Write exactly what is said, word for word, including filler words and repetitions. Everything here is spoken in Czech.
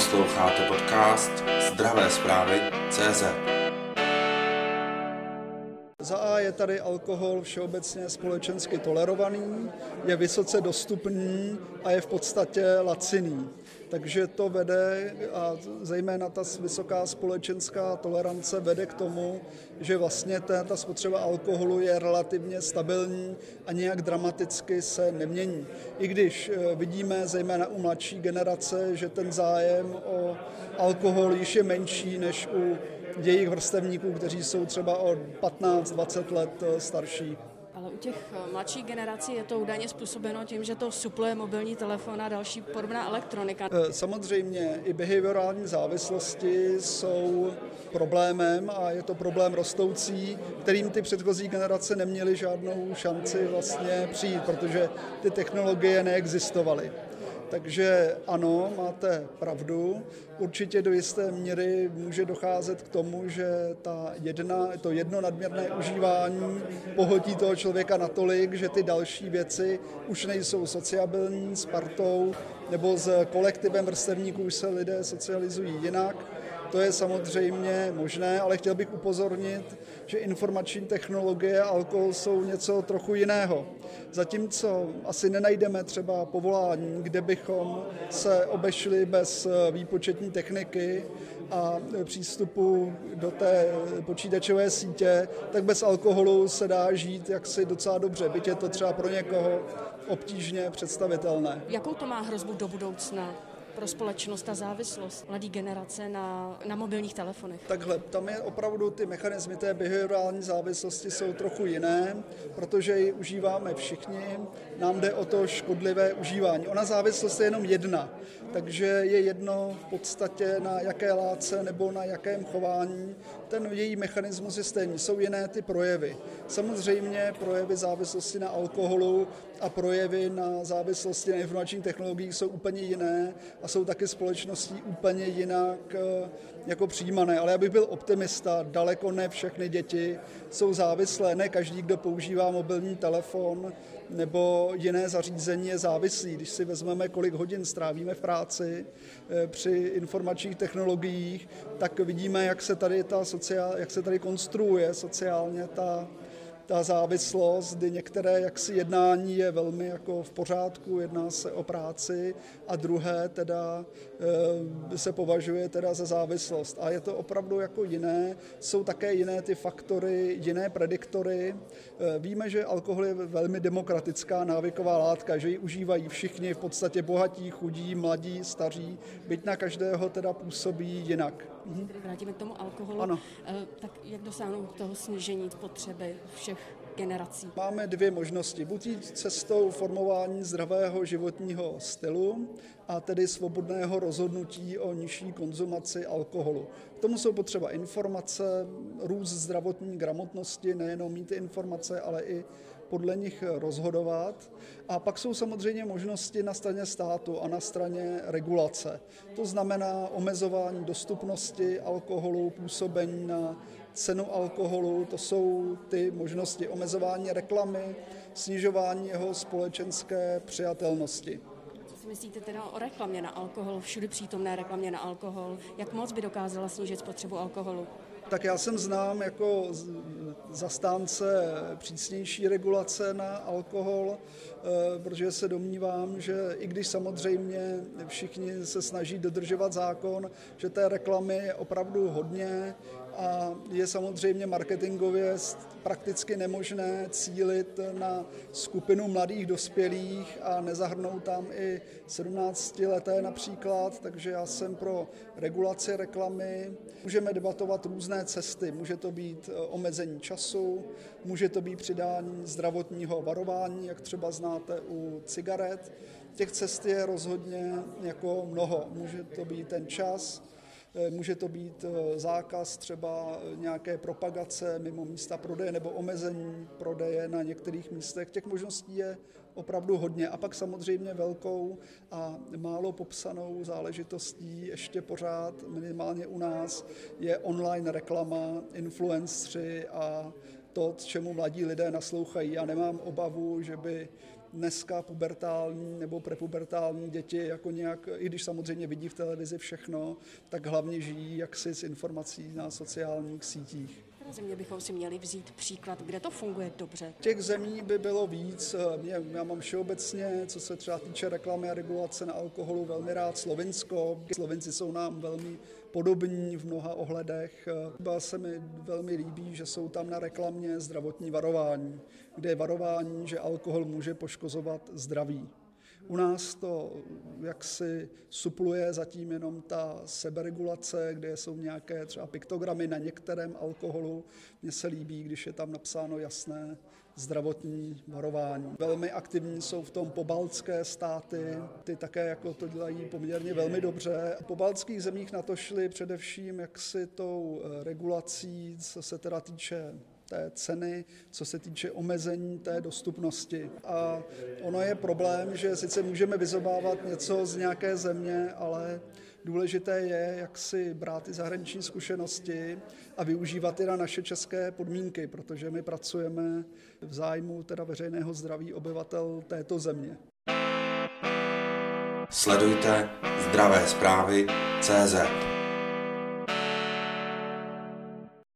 Posloucháte podcast Zdravé zprávy tečka cé zet. Za A je tady alkohol všeobecně společensky tolerovaný, je vysoce dostupný a je v podstatě laciný. Takže to vede, a zejména ta vysoká společenská tolerance vede k tomu, že vlastně ta, ta spotřeba alkoholu je relativně stabilní a nějak dramaticky se nemění. I když vidíme zejména u mladší generace, že ten zájem o alkohol již je menší než u jejich vrstevníků, kteří jsou třeba o patnáct dvacet let starší. Ale u těch mladších generací je to údajně způsobeno tím, že to supluje mobilní telefon a další podobná elektronika. Samozřejmě i behaviorální závislosti jsou problémem a je to problém rostoucí, kterým ty předchozí generace neměly žádnou šanci vlastně přijít, protože ty technologie neexistovaly. Takže ano, máte pravdu. Určitě do jisté míry může docházet k tomu, že ta jedna, to jedno nadměrné užívání pohltí toho člověka natolik, že ty další věci už nejsou sociabilní s partou nebo s kolektivem vrstevníků, už se lidé socializují jinak. To je samozřejmě možné, ale chtěl bych upozornit, že informační technologie a alkohol jsou něco trochu jiného. Zatímco asi nenajdeme třeba povolání, kde bychom se obešli bez výpočetní techniky a přístupu do té počítačové sítě, tak bez alkoholu se dá žít jaksi docela dobře, byť je to třeba pro někoho obtížně představitelné. Jakou to má hrozbu do budoucna pro společnost a závislost mladé generace na, na mobilních telefonech? Takhle, tam je opravdu ty mechanismy té behaviorální závislosti jsou trochu jiné, protože ji užíváme všichni, nám jde o to škodlivé užívání. Ona závislost je jenom jedna, takže je jedno v podstatě na jaké látce nebo na jakém chování, ten její mechanismus je stejný, jsou jiné ty projevy. Samozřejmě projevy závislosti na alkoholu a projevy na závislosti na informačních technologiích jsou úplně jiné a jsou taky společností úplně jinak jako přijímané. Ale já bych byl optimista, daleko ne všechny děti jsou závislé, ne každý, kdo používá mobilní telefon nebo jiné zařízení, je závislý. Když si vezmeme, kolik hodin strávíme v práci při informačních technologiích, tak vidíme, jak se tady, ta sociál, jak se tady konstruuje sociálně ta ta závislost, kdy některé jaksi jednání je velmi jako v pořádku, jedná se o práci a druhé teda e, se považuje teda za závislost. A je to opravdu jako jiné, jsou také jiné ty faktory, jiné prediktory. E, víme, že alkohol je velmi demokratická návyková látka, že ji užívají všichni, v podstatě bohatí, chudí, mladí, staří, byť na každého teda působí jinak. Mhm. Když vrátíme k tomu alkoholu, ano. E, tak jak dosáhnout toho snížení spotřeby všech generací? Máme dvě možnosti. Buď jít cestou formování zdravého životního stylu a tedy svobodného rozhodnutí o nižší konzumaci alkoholu. K tomu jsou potřeba informace, růst zdravotní gramotnosti, nejenom mít informace, ale i podle nich rozhodovat. A pak jsou samozřejmě možnosti na straně státu a na straně regulace. To znamená omezování dostupnosti alkoholu, působení na cenu alkoholu, to jsou ty možnosti omezování reklamy, snižování jeho společenské přijatelnosti. Co si myslíte teda o reklamě na alkohol, všude přítomné reklamě na alkohol? Jak moc by dokázala snížit spotřebu alkoholu? Tak já jsem znám jako zastánce přísnější regulace na alkohol, protože se domnívám, že i když samozřejmě všichni se snaží dodržovat zákon, že té reklamy je opravdu hodně a je samozřejmě marketingově prakticky nemožné cílit na skupinu mladých dospělých a nezahrnout tam i sedmnáctileté například, takže já jsem pro regulaci reklamy. Můžeme debatovat různé cesty, může to být omezení času, může to být přidání zdravotního varování, jak třeba znáte u cigaret. Těch cest je rozhodně jako mnoho, může to být ten čas, může to být zákaz třeba nějaké propagace mimo místa prodeje nebo omezení prodeje na některých místech. Těch možností je opravdu hodně. A pak samozřejmě velkou a málo popsanou záležitostí ještě pořád, minimálně u nás, je online reklama, influencři a to, čemu mladí lidé naslouchají. Já nemám obavu, že by dneska pubertální nebo prepubertální děti jako nějak, i když samozřejmě vidí v televizi všechno, tak hlavně žijí jaksi z informací na sociálních sítích. Které země bychom si měli vzít příklad, kde to funguje dobře? Těch zemí by bylo víc. Já mám všeobecně, co se třeba týče reklamy a regulace na alkoholu, velmi rád Slovinsko. Slovinci jsou nám velmi podobní v mnoha ohledech. Třeba se mi velmi líbí, že jsou tam na reklamě zdravotní varování, kde je varování, že alkohol může poškozovat zdraví. U nás to jaksi supluje zatím jenom ta seberegulace, kde jsou nějaké třeba piktogramy na některém alkoholu. Mně se líbí, když je tam napsáno jasné zdravotní varování. Velmi aktivní jsou v tom pobaltské státy, ty také jako to dělají poměrně velmi dobře. V pobaltských zemích na to šli především jaksi tou regulací, co se teda týče té ceny, co se týče omezení té dostupnosti. A ono je problém, že sice můžeme vyzobávat něco z nějaké země, ale důležité je, jak si brát ty zahraniční zkušenosti a využívat i na naše české podmínky, protože my pracujeme v zájmu teda veřejného zdraví obyvatel této země. Sledujte Zdravé zprávy tečka cé zet.